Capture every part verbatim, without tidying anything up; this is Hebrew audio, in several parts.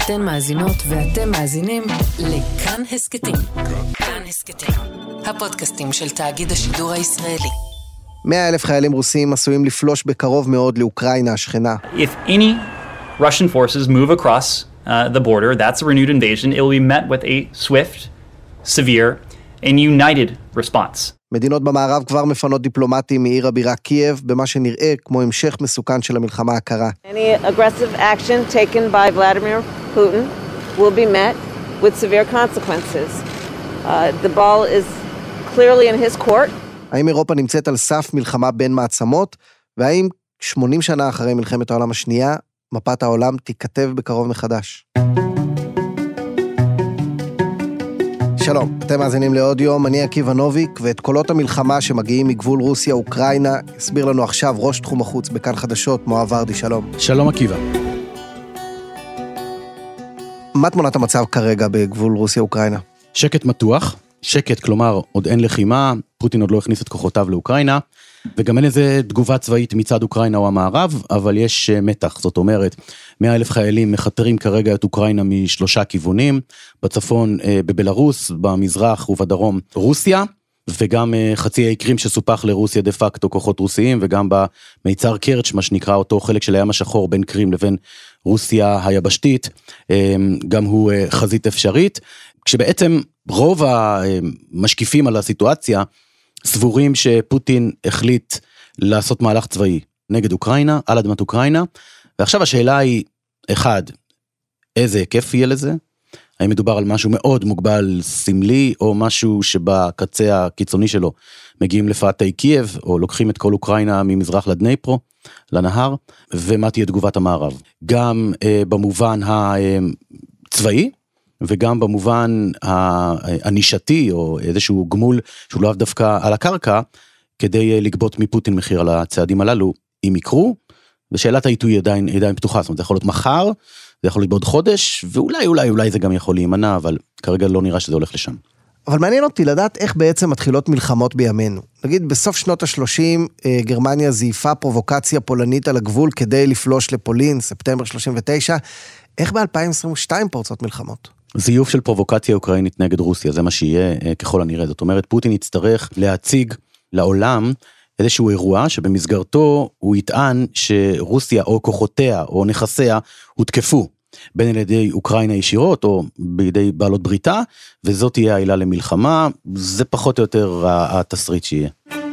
אתן מאזינות ואתם מאזינים לכאן הסקטים. כאן הסקטים, הפודקאסטים של תאגיד השידור הישראלי. מאה אלף חיילים רוסים עשויים לפלוש בקרוב מאוד לאוקראינה השכנה. If any Russian forces move across uh, the border, that's a renewed invasion. It will be met with a swift, severe and united response. מדינות במערב כבר מפנות דיפלומטים מעיר הבירה קייב, במה שנראה כמו המשך מסוכן של המלחמה הקרה. Any aggressive action taken by Vladimir Putin will be met with severe consequences. Uh, the ball is clearly in his court. האם אירופה נמצאת על סף מלחמה בין מעצמות, והאם שמונים שנה אחרי מלחמת העולם השנייה, מפת העולם תיכתב בקרוב מחדש? שלום, אתם מאזינים לעוד יום, אני עקיבא נוביק, ואת קולות המלחמה שמגיעים מגבול רוסיה-אוקראינה, יסביר לנו עכשיו ראש תחום החוץ בכאן חדשות, מואב ורדי, שלום. שלום עקיבא. מה תמונת המצב כרגע בגבול רוסיה-אוקראינה? שקט מתוח, שקט, כלומר, עוד אין לחימה, פוטין עוד לא הכניס את כוחותיו לאוקראינה, וגם אין איזה תגובה צבאית מצד אוקראינה או המערב, אבל יש מתח, זאת אומרת, מאה אלף חיילים מחתרים כרגע את אוקראינה משלושה כיוונים, בצפון בבלרוס, במזרח ובדרום רוסיה, וגם חצי האי קרים שסופח לרוסיה דה פקטו כוחות רוסיים, וגם במיצר קרץ', מה שנקרא אותו חלק של הים השחור בין קרים לבין רוסיה היבשתית, גם הוא חזית אפשרית, כשבעצם רוב המשקיפים על הסיטואציה, סבורים שפוטין החליט לעשות מהלך צבאי נגד אוקראינה, על אדמת אוקראינה, ועכשיו השאלה היא, אחד, איזה היקף יהיה לזה? האם מדובר על משהו מאוד מוגבל סמלי, או משהו שבקצה הקיצוני שלו מגיעים לפאתי קייב, או לוקחים את כל אוקראינה ממזרח לדנייפרו, לנהר, ומה תהיה תגובת המערב? גם אה, במובן הצבאי, וגם במובן הנישתי, או איזשהו גמול שהוא לא דווקא על הקרקע, כדי לגבות מפוטין מחיר על הצעדים הללו, אם יקרו, ושאלת העיתוי עדיין, עדיין פתוחה, זאת אומרת, זה יכול להיות מחר, זה יכול להיות בעוד חודש, ואולי, אולי, אולי זה גם יכול להימנע, אבל כרגע לא נראה שזה הולך לשם. אבל מעניין אותי לדעת איך בעצם מתחילות מלחמות בימינו. נגיד, בסוף שנות ה-שלושים, גרמניה זייפה פרובוקציה פולנית על הגבול כדי לפלוש לפולין, ספטמבר שלושים ותשע, איך ב-אלפיים עשרים ושתיים פורצות מלחמות? זיוף של פרובוקציה אוקראינית נגד רוסיה, זה מה שיהיה ככל הנראה. זאת אומרת, פוטין יצטרך להציג לעולם איזשהו אירוע שבמסגרתו הוא יטען שרוסיה או כוחותיה או נכסיה הותקפו, בין על ידי אוקראינה ישירות או בידי בעלות בריתה, וזאת תהיה העילה למלחמה, זה פחות או יותר התסריט שיהיה.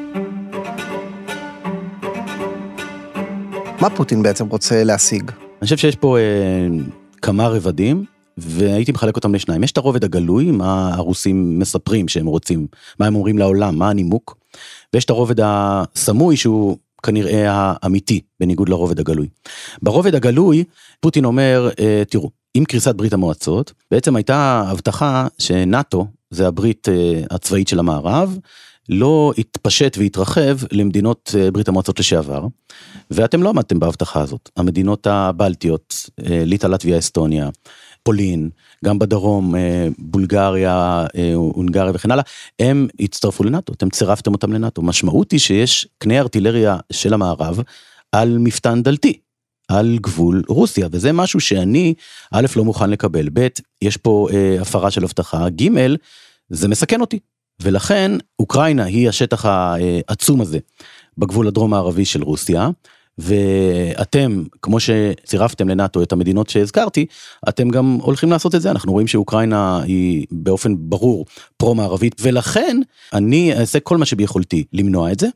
מה פוטין בעצם רוצה להשיג? אני חושב שיש פה אה, כמה רבדים, והייתי מחלק אותם לשניים. יש את הרובד הגלוי, מה הרוסים מספרים שהם רוצים, מה הם אומרים לעולם, מה הנימוק, ויש את הרובד הסמוי שהוא כנראה האמיתי, בניגוד לרובד הגלוי. ברובד הגלוי, פוטין אומר, תראו, עם קריסת ברית המועצות, בעצם הייתה הבטחה שנאטו, זה הברית הצבאית של המערב, לא התפשט והתרחב למדינות ברית המועצות לשעבר, ואתם לא עמדתם בהבטחה הזאת. המדינות הבלטיות, ליטא, לטביה, אסטוניה, פולין, גם בדרום, בולגריה, הונגריה וכן הלאה, הם הצטרפו לנאטו, אתם צירפתם אותם לנאטו. משמעות היא שיש קנה ארטילריה של המערב על מפתן דלתי, על גבול רוסיה, וזה משהו שאני, א', לא מוכן לקבל, ב', יש פה אה, הפרה של הבטחה, ג', זה מסכן אותי, ולכן אוקראינה היא השטח העצום הזה, בגבול הדרום הערבי של רוסיה, ואתם, כמו שצירפתם לנאטו את המדינות שהזכרתי, אתם גם הולכים לעשות את זה, אנחנו רואים שאוקראינה היא באופן ברור פרו-מערבית, ולכן אני אעשה כל מה שביכולתי למנוע את זה,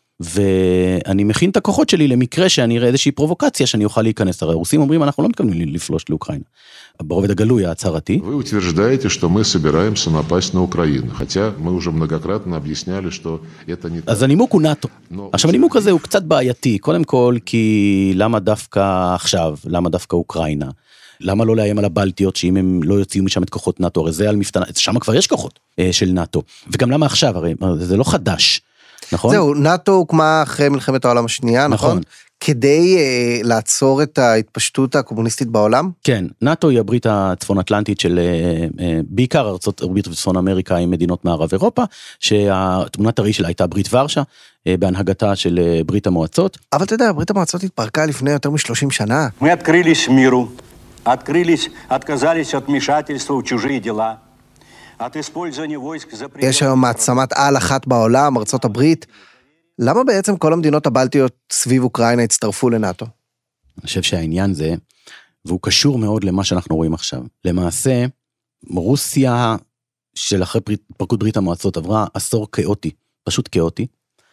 ואני מכין את הכוחות שלי למקרה שאני אראה איזושהי פרובוקציה שאני אוכל להיכנס. הרי הרוסים אומרים, אנחנו לא מתכוונים לפלוש לאוקראינה. ברובד הגלוי ההצהרתי. Вы утверждаете, что мы собираемся напасть на Украину, хотя мы уже многократно объясняли, что это не так. אז הנימוק הוא נאטו. עכשיו הנימוק הזה הוא קצת בעייתי, קודם כל כי למה דווקא עכשיו, למה דווקא אוקראינה? למה לא לאיים על הבלטיות שאם הם לא יוציאו משם את כוחות נאטו, הרי זה על מפתן, שם כבר יש כוחות של נאטו. וגם למה עכשיו, הרי זה לא חדש. נכון? זהו, נאטו הוקמה אחרי מלחמת העולם השנייה, נכון? נכון? כדי uh, לעצור את ההתפשטות הקומוניסטית בעולם? כן, נאטו היא הברית הצפון אטלנטית של uh, uh, בעיקר ארצות הברית וצפון אמריקה עם מדינות מערב אירופה, שהתמונת הראי שלה הייתה ברית ורשה, uh, בהנהגתה של uh, ברית המועצות. אבל אתה יודע, ברית המועצות התפרקה לפני יותר מ-שלושים שנה. Мы открылись миру Открылись, отказались от вмешательства в чужие дела. От использования войск за пределами... יש היום מעצמת על אחת בעולם, ארצות הברית. למה בעצם כל המדינות הבלטיות סביב אוקראינה הצטרפו לנאטו? אני חושב שהעניין זה, והוא קשור מאוד למה שאנחנו רואים עכשיו. למעשה, רוסיה של אחרי התפרקות ברית המועצות עברה עשור כאוטי, פשוט כאוטי,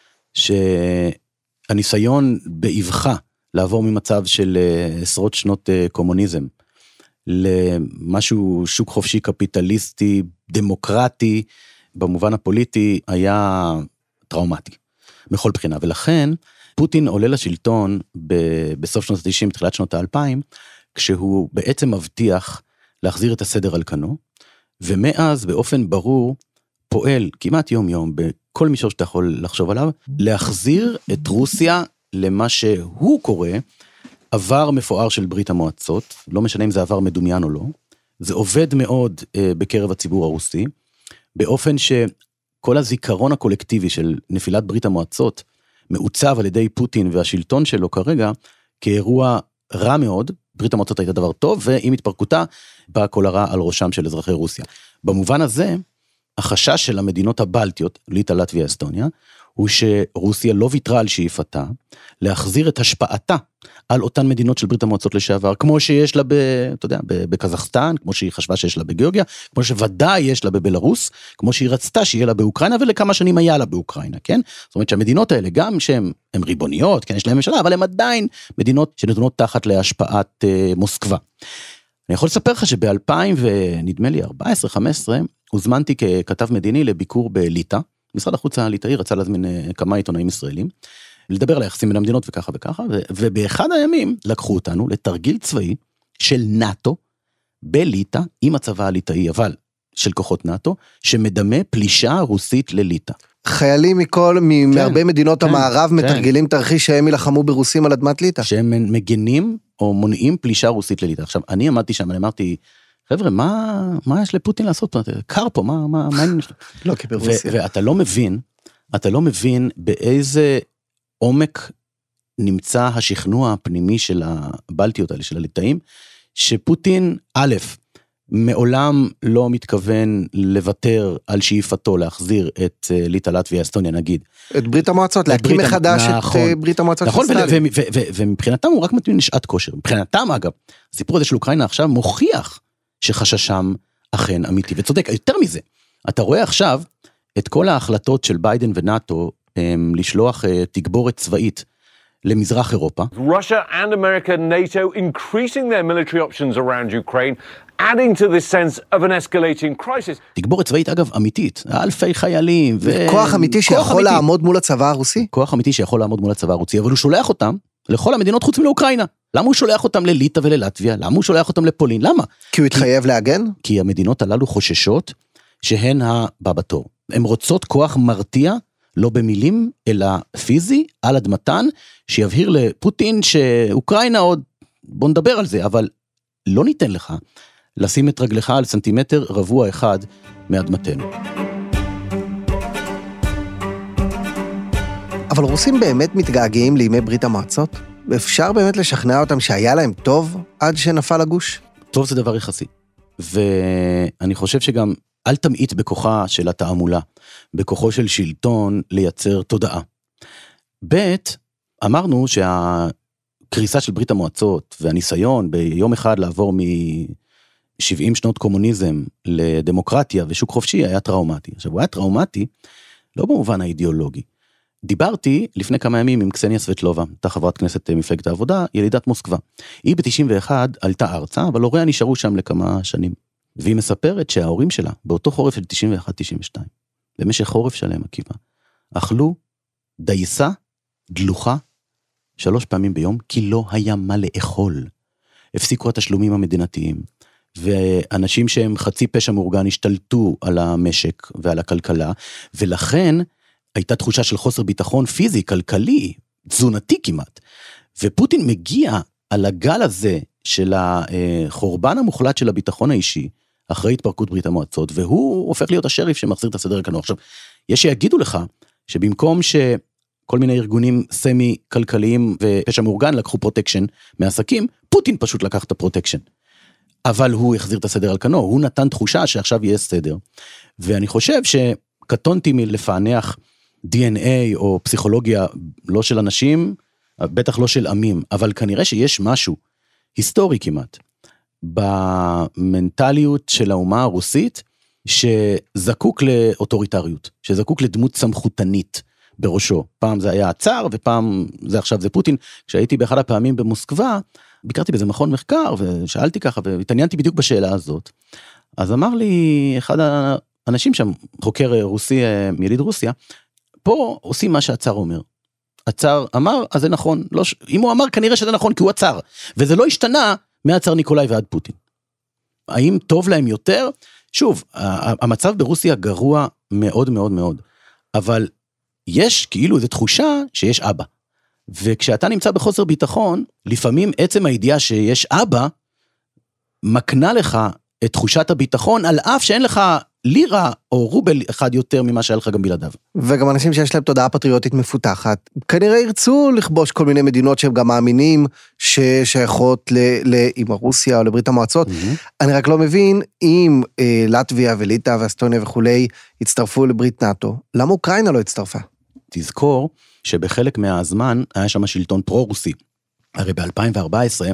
שהניסיון באבחה לעבור ממצב של עשרות שנות קומוניזם, למשהו שוק חופשי קפיטליסטי, דמוקרטי, במובן הפוליטי, היה טראומטי, בכל בחינה. ולכן, פוטין עולה לשלטון בסוף שנות ה-תשעים, תחילת שנות ה-אלפיים, כשהוא בעצם מבטיח להחזיר את הסדר על כנו, ומאז באופן ברור פועל כמעט יום יום, בכל מישור שאתה יכול לחשוב עליו, להחזיר את רוסיה למה שהוא קורא, עבר מפואר של ברית המועצות, לא משנה אם זה עבר מדומיין או לא, זה עובד מאוד אה, בקרב הציבור הרוסי, באופן שכל הזיכרון הקולקטיבי של נפילת ברית המועצות, מעוצב על ידי פוטין והשלטון שלו כרגע, כאירוע רע מאוד, ברית המועצות הייתה דבר טוב, ועם התפרקותה, בא כל הרע על ראשם של אזרחי רוסיה. במובן הזה, החשש של המדינות הבלטיות, ליטא, לטביה, אסטוניה, הוא שרוסיה לא ויתרה על שאיפתה, להחזיר את השפעתה על אותן מדינות של ברית המועצות לשעבר, כמו שיש לה ב, אתה יודע, בקזחסטן, כמו שהיא חשבה שיש לה בגיאורגיה, כמו שוודאי יש לה בבלרוס, כמו שהיא רצתה שיהיה לה באוקראינה, ולכמה שנים היה לה באוקראינה, כן? זאת אומרת שהמדינות האלה, גם שהן ריבוניות, כן, יש להן ממשלה, אבל הן עדיין מדינות שנתונות תחת להשפעת אה, מוסקבה. אני יכול לספר לך שב-אלפיים ונדמה לי ארבע עשרה חמש עשרה, הוזמנתי ככתב מדיני לביקור בליטא, משרד החוץ הליטאי רצה להזמין כמה עיתונאים ישראלים, לדבר על היחסים בין המדינות וככה וככה, ובאחד הימים לקחו אותנו לתרגיל צבאי של נאטו, בליטא, עם הצבא הליטאי, אבל של כוחות נאטו, שמדמה פלישה רוסית לליטא. חיילים מכל, מהרבה מדינות המערב, מתרגלים תרחיש שהם ילחמו ברוסים על אדמת ליטא. שהם מגנים או מונעים פלישה רוסית לליטא. עכשיו, אני עמדתי שם, אני אמרתי, חבר'ה, מה, מה יש לפוטין לעשות פה? קר פה, מה, מה, מה יש לו? לא, כי ברוסיה. ואתה לא מבין, אתה לא מבין באיזה עומק נמצא השכנוע הפנימי של הבלטיות האלה, של הליטאים, שפוטין, א', מעולם לא מתכוון לוותר על שאיפתו להחזיר את ליטא, לטביה, אסטוניה, נגיד. את ברית המועצות, להקים מחדש את ברית המועצות. נכון, ומבחינתם הוא רק מתמיד לשעת כושר. מבחינתם, אגב, הסיפור הזה של אוקראינה עכשיו מוכיח שחששם אכן אמיתי, וצודק, יותר מזה, אתה רואה עכשיו את כל ההחלטות של ביידן ונאטו, לשלוח תגבורת צבאית למזרח אירופה. Russia and America and NATO increasing their military options around Ukraine, adding to this sense of an escalating crisis. תגבורת צבאית אגב אמיתית, אלפי חיילים. כוח אמיתי שיכול לעמוד מול הצבא הרוסי? כוח אמיתי שיכול לעמוד מול הצבא הרוסי, אבל הוא שולח אותם לכל המדינות חוץ מלאוקראינה. למה הוא שולח אותם לליטא וללטביה? למה הוא שולח אותם לפולין? למה? כי הוא התחייב להגן? כי המדינות הללו חוששות שהן הבא בתור. הן רוצות כוח מרתיע, לא במילים, אלא פיזי, על אדמתן, שיבהיר לפוטין שאוקראינה עוד, בוא נדבר על זה, אבל לא ניתן לך לשים את רגלך על סנטימטר רבוע אחד מאדמתנו. אבל רוסים באמת מתגעגעים לימי ברית המועצות? ואפשר באמת לשכנע אותם שהיה להם טוב עד שנפל הגוש? טוב זה דבר יחסי. ואני חושב שגם אל תמעיט בכוחה של התעמולה, בכוחו של שלטון לייצר תודעה. ב' אמרנו שהקריסה של ברית המועצות והניסיון ביום אחד לעבור מ-שבעים שנות קומוניזם לדמוקרטיה ושוק חופשי היה טראומטי. עכשיו הוא היה טראומטי לא במובן האידיאולוגי. דיברתי לפני כמה ימים עם קסניה סבטלובה, הייתה חברת כנסת מפלגת העבודה, ילידת מוסקבה. היא ב-תשעים ואחת עלתה ארצה, אבל הוריה נשארו שם לכמה שנים. והיא מספרת שההורים שלה, באותו חורף של תשעים ואחת תשעים ושתיים, במשך חורף שלהם עקיבא, אכלו דייסה, דלוחה, שלוש פעמים ביום, כי לא היה מה לאכול. הפסיקו התשלומים המדינתיים, ואנשים שהם חצי פשע מאורגן השתלטו על המשק ועל הכלכלה, ולכן הייתה תחושה של חוסר ביטחון פיזי, כלכלי, תזונתי כמעט. ופוטין מגיע על הגל הזה של החורבן המוחלט של הביטחון האישי, אחרי התפרקות ברית המועצות, והוא הופך להיות השריף שמחזיר את הסדר הכנו. עכשיו, יש שיגידו לך, שבמקום שכל מיני ארגונים סמי-כלכליים ופשע מאורגן לקחו פרוטקשן מעסקים, פוטין פשוט לקח את הפרוטקשן. אבל הוא החזיר את הסדר על כנו, הוא נתן תחושה שעכשיו יהיה סדר, ואני חושב שקטונתי מלפענח די אן איי או פסיכולוגיה לא של אנשים, בטח לא של עמים, אבל כנראה שיש משהו היסטורי כמעט, במנטליות של האומה הרוסית, שזקוק לאוטוריטריות, שזקוק לדמות סמכותנית בראשו. פעם זה היה הצאר, ופעם זה עכשיו זה פוטין. כשהייתי באחד הפעמים במוסקבה, ביקרתי באיזה מכון מחקר, ושאלתי ככה, והתעניינתי בדיוק בשאלה הזאת. אז אמר לי אחד האנשים שם, חוקר רוסי, מיליד רוסיה, פה עושים מה שהצאר אומר. הצאר אמר, אז זה נכון. לא, אם הוא אמר, כנראה שזה נכון, כי הוא הצאר. וזה לא השתנה מהצאר ניקולאי ועד פוטין. האם טוב להם יותר? שוב, המצב ברוסיה גרוע מאוד מאוד מאוד. אבל יש כאילו איזו תחושה שיש אבא. וכשאתה נמצא בחוסר ביטחון, לפעמים עצם הידיעה שיש אבא, מקנה לך את תחושת הביטחון, על אף שאין לך לירה או רובל אחד יותר ממה שהיה לך גם בלעדיו. וגם אנשים שיש להם תודעה פטריוטית מפותחת, כנראה ירצו לכבוש כל מיני מדינות שהם גם מאמינים ששייכות עם רוסיה או לברית המועצות. Mm-hmm. אני רק לא מבין, אם אה, לטביה וליטא ואסטוניה וכולי הצטרפו לברית נאטו, למה אוקראינה לא הצטרפה? תזכור שבחלק מהזמן היה שם שלטון פרו-רוסי. הרי ב-אלפיים וארבע עשרה,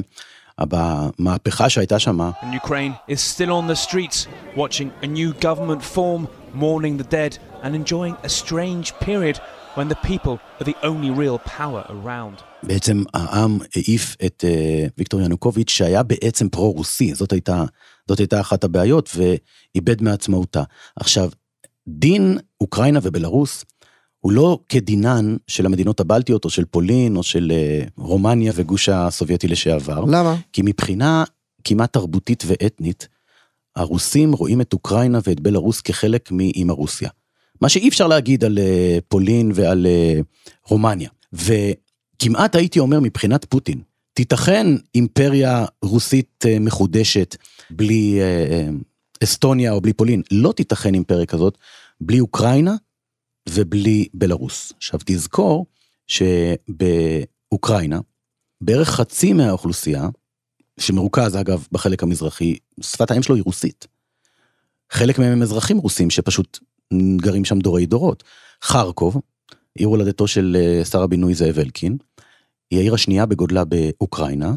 במהפכה שהייתה שמה, And Ukraine is still on the streets, watching a new government form, mourning the dead, and enjoying a strange period when the people are the only real power around. בעצם העם העיף את uh, ויקטור ינוקוביץ' שהיה בעצם פרו-רוסי, זאת הייתה, זאת הייתה אחת הבעיות, ואיבד מעצמאותה. עכשיו, דין אוקראינה ובלרוס, הוא לא כדינן של המדינות הבלטיות, או של פולין, או של uh, רומניה וגוש הסובייטי לשעבר. למה? כי מבחינה כמעט תרבותית ואתנית, הרוסים רואים את אוקראינה ואת בלרוס כחלק מאמא רוסיה. מה שאי אפשר להגיד על uh, פולין ועל uh, רומניה. וכמעט הייתי אומר מבחינת פוטין, תיתכן אימפריה רוסית uh, מחודשת, בלי uh, אסטוניה או בלי פולין, לא תיתכן אימפריה כזאת, בלי אוקראינה, ובלי בלרוס. עכשיו תזכור שבאוקראינה, בערך חצי מהאוכלוסייה, שמרוכז אגב בחלק המזרחי, שפת האם שלו היא רוסית. חלק מהם הם אזרחים רוסים שפשוט גרים שם דורי דורות. חרקוב, עיר הולדתו של שר הבינוי זאב אלקין, היא העיר השנייה בגודלה באוקראינה,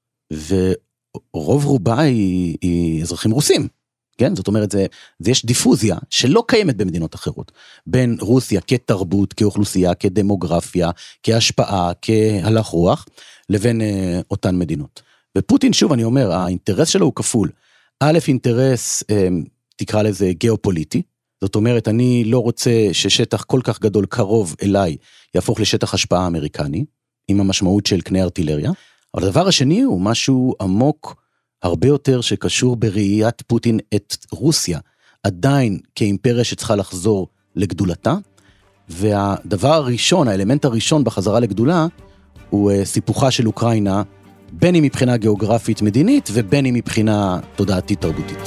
ורוב רובה היא, היא אזרחים רוסים. כן? זאת אומרת, זה, זה יש דיפוזיה שלא קיימת במדינות אחרות, בין רוסיה כתרבות, כאוכלוסייה, כדמוגרפיה, כהשפעה, כהלך רוח, לבין אה, אותן מדינות. ופוטין, שוב, אני אומר, האינטרס שלו הוא כפול. א', אינטרס, אה, תקרא לזה גיאופוליטי, זאת אומרת, אני לא רוצה ששטח כל כך גדול קרוב אליי, יהפוך לשטח השפעה אמריקני, עם המשמעות של קנה ארטילריה, אבל הדבר השני הוא משהו עמוק, הרבה יותר שקשור בראיית פוטין את רוסיה, עדיין כאימפריה שצריכה לחזור לגדולתה, והדבר הראשון, האלמנט הראשון בחזרה לגדולה, הוא סיפוחה של אוקראינה, בין אם מבחינה גיאוגרפית מדינית, ובין אם מבחינה תודעתית תרבותית.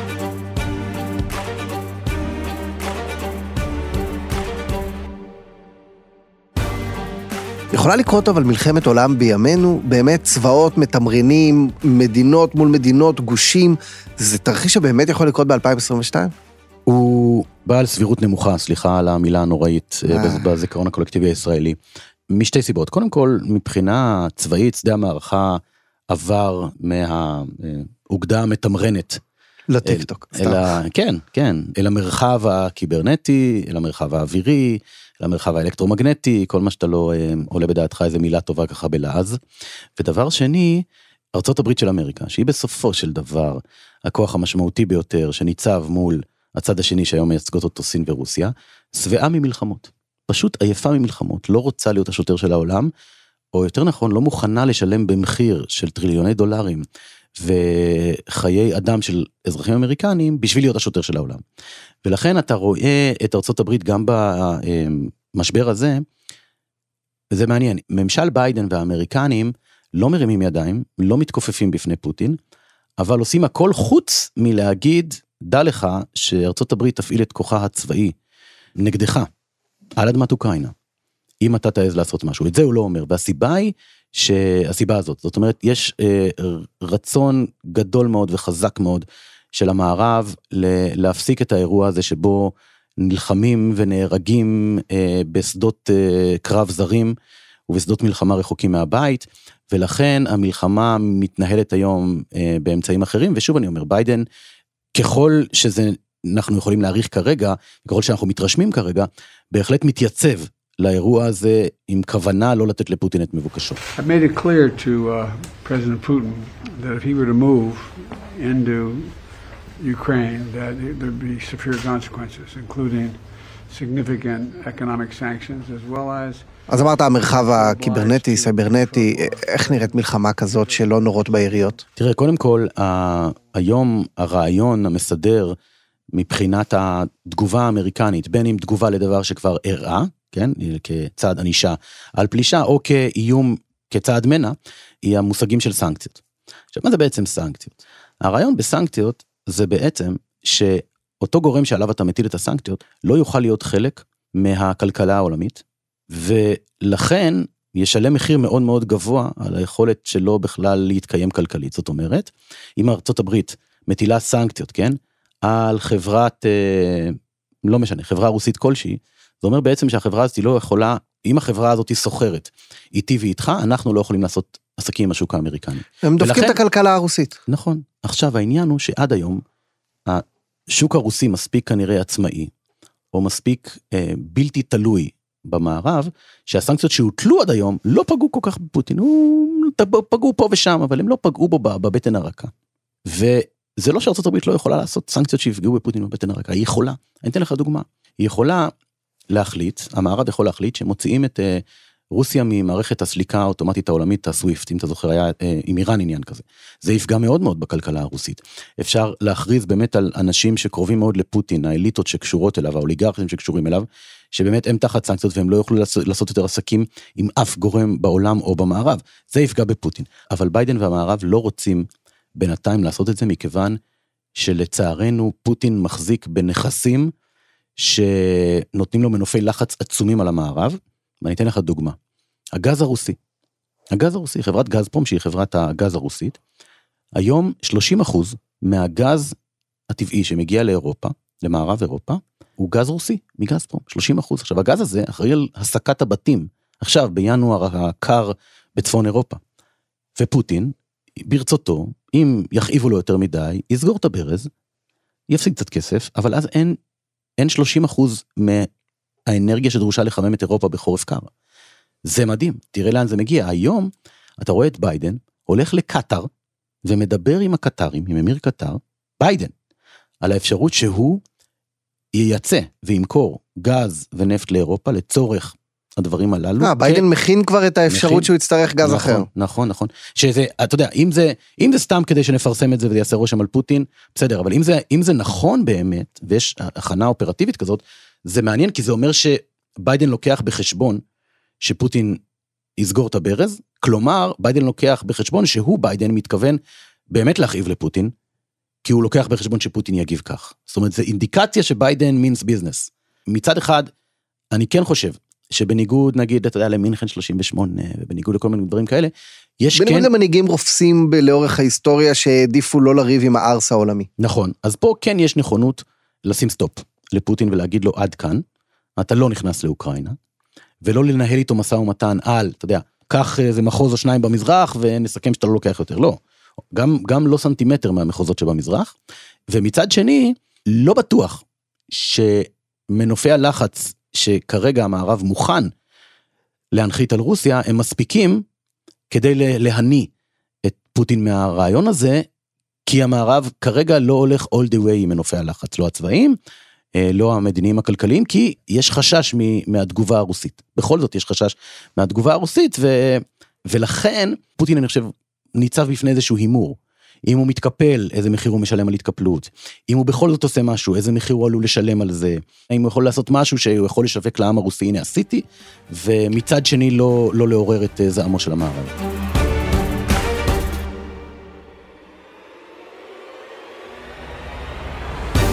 יכולה לקרות אבל מלחמת עולם בימינו, באמת צבאות, מתמרנים, מדינות מול מדינות, גושים, זה תרחיש שבאמת יכול לקרות ב-אלפיים עשרים ושתיים? הוא בעל סבירות נמוכה, סליחה על המילה הנוראית, בזיכרון הקולקטיבי הישראלי, משתי סיבות. קודם כל, מבחינה צבאית, שדה המערכה עבר מהאוגדה המתמרנת. לטיקטוק. כן, כן, אל המרחב הקיברנטי, אל המרחב האווירי, למרחב האלקטרומגנטי, כל מה שאתה לא אה, עולה בדעתך איזה מילה טובה ככה בלעז. ודבר שני, ארצות הברית של אמריקה, שהיא בסופו של דבר הכוח המשמעותי ביותר שניצב מול הצד השני שהיום מייצגות אותו סין ורוסיה, שבעה ממלחמות. פשוט עייפה ממלחמות, לא רוצה להיות השוטר של העולם, או יותר נכון, לא מוכנה לשלם במחיר של טריליוני דולרים, וחיי אדם של אזרחים אמריקנים, בשביל להיות השוטר של העולם. ולכן אתה רואה את ארצות הברית גם במשבר הזה, וזה מעניין, ממשל ביידן והאמריקנים לא מרימים ידיים, לא מתכופפים בפני פוטין, אבל עושים הכל חוץ מלהגיד, דע לך שארצות הברית תפעיל את כוחה הצבאי נגדך, על אדמת אוקראינה, אם אתה תעז לעשות משהו. את זה הוא לא אומר, והסיבה היא שהסיבה הזאת, זאת אומרת, יש אה, רצון גדול מאוד וחזק מאוד של המערב להפסיק את האירוע הזה שבו נלחמים ונהרגים אה, בשדות אה, קרב זרים ובשדות מלחמה רחוקים מהבית, ולכן המלחמה מתנהלת היום אה, באמצעים אחרים, ושוב אני אומר, ביידן, ככל שזה אנחנו יכולים להעריך כרגע, ככל שאנחנו מתרשמים כרגע, בהחלט מתייצב לאירוע הזה עם כוונה לא לתת לפוטין את מבוקשו. I made it clear to uh, President Putin that if he were to move into Ukraine, that there'd be severe consequences, including significant economic sanctions, as well as... אז אמרת המרחב הקיברנטי, סייברנטי, איך נראית מלחמה כזאת שלא נורות בעיריות? תראה, קודם כל, היום הרעיון המסדר מבחינת התגובה האמריקנית, בין אם תגובה לדבר שכבר הראה, כן, כצעד ענישה על פלישה, או כאיום, כצעד מנע, היא המושגים של סנקציות. עכשיו, מה זה בעצם סנקציות? הרעיון בסנקציות זה בעצם שאותו גורם שעליו אתה מטיל את הסנקציות, לא יוכל להיות חלק מהכלכלה העולמית, ולכן ישלם מחיר מאוד מאוד גבוה על היכולת שלו בכלל להתקיים כלכלית. זאת אומרת, אם ארצות הברית מטילה סנקציות, כן, על חברת, לא משנה, חברה רוסית כלשהי, זה אומר בעצם שהחברה הזאת לא יכולה, אם החברה הזאת היא סוחרת איתי ואיתך, אנחנו לא יכולים לעשות עסקים עם השוק האמריקני. הם דופקים ולכן, את הכלכלה הרוסית. נכון. עכשיו העניין הוא שעד היום, השוק הרוסי מספיק כנראה עצמאי, או מספיק אה, בלתי תלוי במערב, שהסנקציות שהוטלו עד היום, לא פגעו כל כך בפוטין, הוא פגעו פה ושם, אבל הם לא פגעו בו בבטן הרכה. וזה לא שארצות הברית לא יכולה לעשות סנקציות שיפגעו בפוטין בבטן הרכה, היא יכולה. אני אתן לך דוגמה. היא יכולה להחליט, המערב יכול להחליט, שמוציאים את אה, רוסיה ממערכת הסליקה האוטומטית העולמית, הסוויפט, אם אתה זוכר, היה אה, עם איראן עניין כזה. זה יפגע מאוד מאוד בכלכלה הרוסית. אפשר להכריז באמת על אנשים שקרובים מאוד לפוטין, האליטות שקשורות אליו, האוליגרכים שקשורים אליו, שבאמת הם תחת סנקציות והם לא יוכלו לעשות יותר עסקים עם אף גורם בעולם או במערב. זה יפגע בפוטין. אבל ביידן והמערב לא רוצים בינתיים לעשות את זה, מכיוון שלצערנו פוטין מחזיק בנכסים שנותנים לו מנופי לחץ עצומים על המערב, ואני אתן לך דוגמה. הגז הרוסי, הגז הרוסי, חברת גזפרום שהיא חברת הגז הרוסית, היום שלושים אחוז מהגז הטבעי שמגיע לאירופה, למערב אירופה, הוא גז רוסי, מגזפרום, שלושים אחוז. עכשיו הגז הזה אחראי על הסקת הבתים, עכשיו בינואר הקר בצפון אירופה, ופוטין ברצותו, אם יכאיבו לו יותר מדי, יסגור את הברז, יפסיד קצת כסף, אבל אז אין אין שלושים אחוז מהאנרגיה שדרושה לחמם את אירופה בחורף קר. זה מדהים, תראה לאן זה מגיע. היום אתה רואה את ביידן, הולך לקטר, ומדבר עם הקטרים, עם אמיר קטר, ביידן, על האפשרות שהוא ייצא וימכור גז ונפט לאירופה, לצורך הדברים הללו. אה, ביידן מכין כבר את האפשרות שהוא יצטרך גז אחר. נכון, נכון. שזה, אתה יודע, אם זה, אם זה סתם כדי שנפרסם את זה וזה יעשה רושם על פוטין, בסדר, אבל אם זה, אם זה נכון באמת, ויש הכנה אופרטיבית כזאת, זה מעניין, כי זה אומר שביידן לוקח בחשבון שפוטין יסגור את הברז, כלומר, ביידן לוקח בחשבון שהוא, ביידן, מתכוון באמת להכאיב לפוטין, כי הוא לוקח בחשבון שפוטין יגיב כך. זאת אומרת, זה אינדיקציה שביידן means business. מצד אחד, אני כן חושב, שבניגוד, נגיד, אתה יודע, למינכן שלושים ושמונה, ובניגוד לכל מיני דברים כאלה, יש בניגוד כן... בניגוד למנהיגים רופסים לאורך ההיסטוריה, שהעדיפו לא לריב עם הארס העולמי. נכון, אז פה כן יש נכונות לשים סטופ לפוטין, ולהגיד לו עד כאן, אתה לא נכנס לאוקראינה, ולא לנהל איתו משא ומתן על, אתה יודע, קח איזה מחוז או שניים במזרח, ונסכם שאתה לא לוקח יותר, לא. גם, גם לא סנטימטר מהמחוזות שבמזרח, ומצד שני, לא בטוח שמנופי הלחץ שכרגע המערב מוכן להנחית על רוסיה, הם מספיקים כדי להניע את פוטין מהרעיון הזה, כי המערב כרגע לא הולך all the way עם מנופי הלחץ, לא הצבאיים, לא המדיניים הכלכליים, כי יש חשש מהתגובה הרוסית. בכל זאת יש חשש מהתגובה הרוסית, ו, ולכן פוטין, אני חושב, ניצב בפני איזשהו הימור. אם הוא מתקפל, איזה מחיר הוא משלם על התקפלות. אם הוא בכל זאת עושה משהו, איזה מחיר הוא עלול לשלם על זה. אם הוא יכול לעשות משהו שהוא יכול לשווק לעם הרוסי, הנה עשיתי, ומצד שני לא, לא לעורר את זעמו של המערב.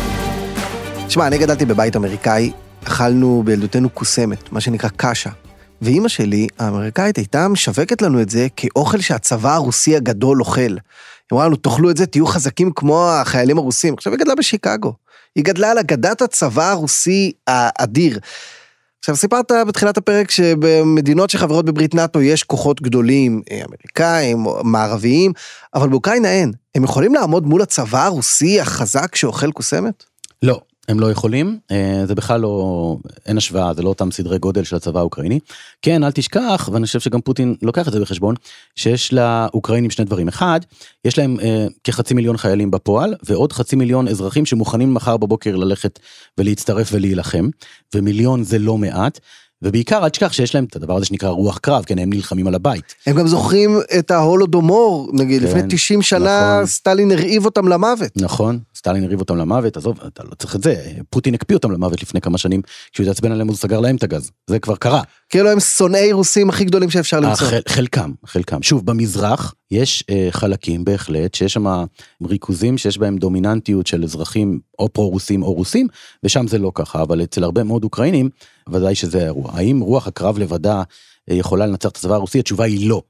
תשמע, אני גדלתי בבית אמריקאי, אכלנו בילדותנו קוסמת, מה שנקרא קשה, ואימא שלי, האמריקאית, הייתה משווקת לנו את זה כאוכל שהצבא הרוסי הגדול אוכל. היא אמרה לנו, תאכלו את זה, תהיו חזקים כמו החיילים הרוסים. עכשיו היא גדלה בשיקגו. היא גדלה על אגדת הצבא הרוסי האדיר. עכשיו, סיפרת בתחילת הפרק שבמדינות שחברות בברית נאטו יש כוחות גדולים, אמריקאים, מערביים, אבל באוקראינה אין. הם יכולים לעמוד מול הצבא הרוסי החזק שאוכל קוסמת? לא. הם לא יכולים, זה בכלל לא, אין השוואה, זה לא אותם סדרי גודל של הצבא האוקראיני. כן, אל תשכח, ואני חושב שגם פוטין לוקח את זה בחשבון, שיש לאוקראינים שני דברים. אחד, יש להם אה, כחצי מיליון חיילים בפועל, ועוד חצי מיליון אזרחים שמוכנים מחר בבוקר ללכת ולהצטרף ולהילחם, ומיליון זה לא מעט, ובעיקר אל תשכח שיש להם את הדבר הזה שנקרא רוח קרב, כן, הם נלחמים על הבית. הם גם זוכרים את ההולודומור, נגיד, כן, לפני תשעים שנה, נכון. סטלין הרעיב אותם למוות. נכון, סטלין הרעיב אותם למוות, עזוב, אתה לא צריך את זה, פוטין הקפיא אותם למוות לפני כמה שנים, כשהוא יתעצבן עליהם הוא סגר להם את הגז, זה כבר קרה. כאילו הם שונאי רוסים הכי גדולים שאפשר למצוא. חל, חלקם, חלקם. שוב, במזרח יש אה, חלקים בהחלט, שיש שם ריכוזים שיש בהם דומיננטיות של אזרחים או פרו-רוסים או רוסים, ושם זה לא ככה, אבל אצל הרבה מאוד אוקראינים, ודאי שזה האירוע. האם רוח הקרב לבדה יכולה לנצח את הצבא הרוסי? התשובה היא לא.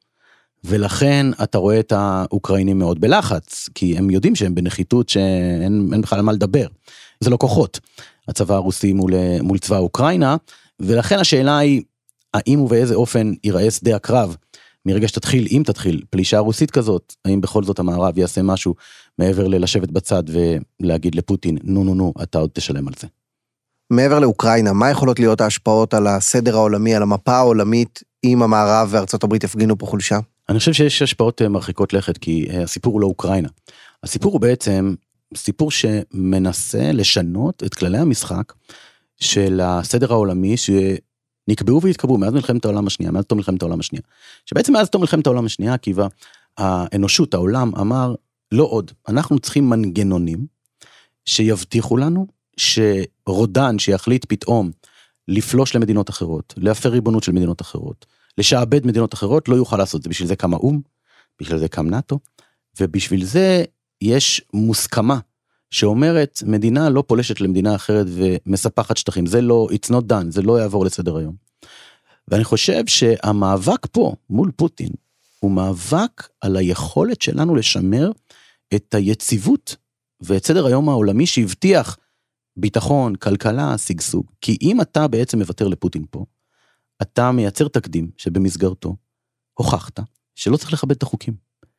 ולכן אתה רואה את האוקראינים מאוד בלחץ, כי הם יודעים שהם בנחיתות שאין אין בכלל מה לדבר. זה לא כוחות. הצבא הרוסי מול, מול צבא אוקראינה, ולכן השאלה היא, האם ובאיזה אופן ייראה שדה הקרב, מרגע שתתחיל, אם תתחיל, פלישה רוסית כזאת, האם בכל זאת המערב יעשה משהו מעבר ללשבת בצד ולהגיד לפוטין, נו נו נו, אתה עוד תשלם על זה. מעבר לאוקראינה, מה יכולות להיות ההשפעות על הסדר העולמי, על המפה העולמית, אם המערב וארצות הברית יפגינו פה חולשה? אני חושב שיש השפעות מרחיקות לכת, כי הסיפור הוא לא אוקראינה. הסיפור הוא בעצם סיפור שמנסה לשנות את כללי המשחק של הסדר העולמי, שנקבעו והתקבעו מאז מלחמת העולם השנייה, מאז תום מלחמת העולם השנייה. שבעצם מאז תום מלחמת העולם השנייה, כי האנושות, העולם, אמר, לא עוד, אנחנו צריכים מנגנונים שיבטיחו לנו, שרודן שיחליט פתאום לפלוש למדינות אחרות, להפר ריבונות של מדינות אחרות, לשעבד מדינות אחרות, לא יוכל לעשות את זה. בשביל זה קם האום, בשביל זה קם נאטו, ובשביל זה יש מוסכמה שאומרת, מדינה לא פולשת למדינה אחרת ומספחת שטחים, זה לא, it's not done, זה לא יעבור לסדר היום. ואני חושב שהמאבק פה מול פוטין, הוא מאבק על היכולת שלנו לשמר את היציבות ואת סדר היום העולמי שהבטיח ביטחון, כלכלה, סגסוג. כי אם אתה בעצם מוותר לפוטין פה, אתה מייצר תקדים שבמסגרתו הוכחת שלא צריך לכבד את החוקים.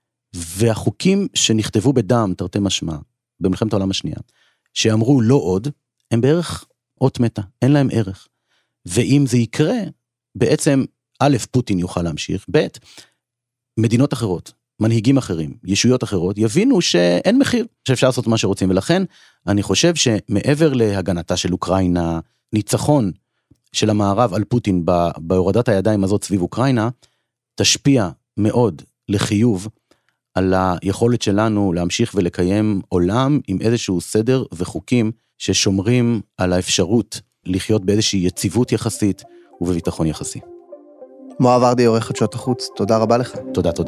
והחוקים שנכתבו בדם, תרתי משמע, במלחמת העולם השנייה, שאמרו לא עוד, הם בערך אות מתה, אין להם ערך. ואם זה יקרה, בעצם א', פוטין יוכל להמשיך, ב', מדינות אחרות, מנהיגים אחרים, ישויות אחרות, יבינו שאין מחיר, שאפשר לעשות מה שרוצים, ולכן אני חושב שמעבר להגנתה של אוקראינה, ניצחון של המערב על פוטין בהורדת הידיים הזאת סביב אוקראינה, תשפיע מאוד לחיוב על היכולת שלנו להמשיך ולקיים עולם עם איזשהו סדר וחוקים ששומרים על האפשרות לחיות באיזושהי יציבות יחסית ובביטחון יחסי. מואב ורדי, עורך חדשות החוץ, תודה רבה לך. תודה, תודה.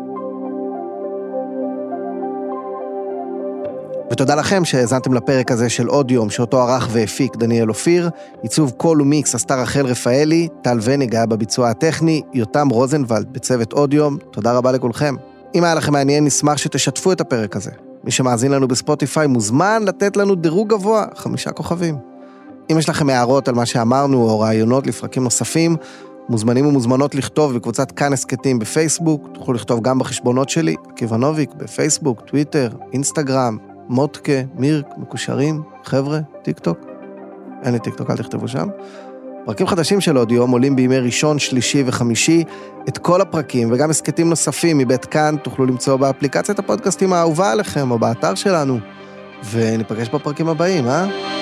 ותודה לכם שהאזנתם לפרק הזה של עוד יום, שאותו ערך והפיק דניאל אופיר, עיצוב קול ומיקס עשתה רחל רפאלי, טל וניג היה בביצוע הטכני, יותם רוזנבלד בצוות עוד יום, תודה רבה לכולכם. אם היה לכם מעניין, נשמח שתשתפו את הפרק הזה. מי שמאזין לנו בספוטיפיי מוזמן לתת לנו דירוג גבוה, חמישה כוכבים. אם יש לכם הערות על מה שאמרנו או רעיונות לפרקים נוספים, מוזמנים ומוזמנות לכתוב בקבוצת כאן הסקטים בפייסבוק, תוכלו לכתוב גם בחשבונות שלי, קיבנוביק בפייסבוק, טוויטר, אינסטגרם, מודקה, מירק, מקושרים, חבר'ה, טיק טוק. אין לי טיק טוק, אל תכתבו שם. פרקים חדשים של עוד יום עולים בימי ראשון, שלישי וחמישי. את כל הפרקים וגם הסקטים נוספים מבית כאן תוכלו למצוא באפליקציית הפודקאסטים האהובה עליכם או באתר שלנו. וניפגש בפרקים הבאים, אה?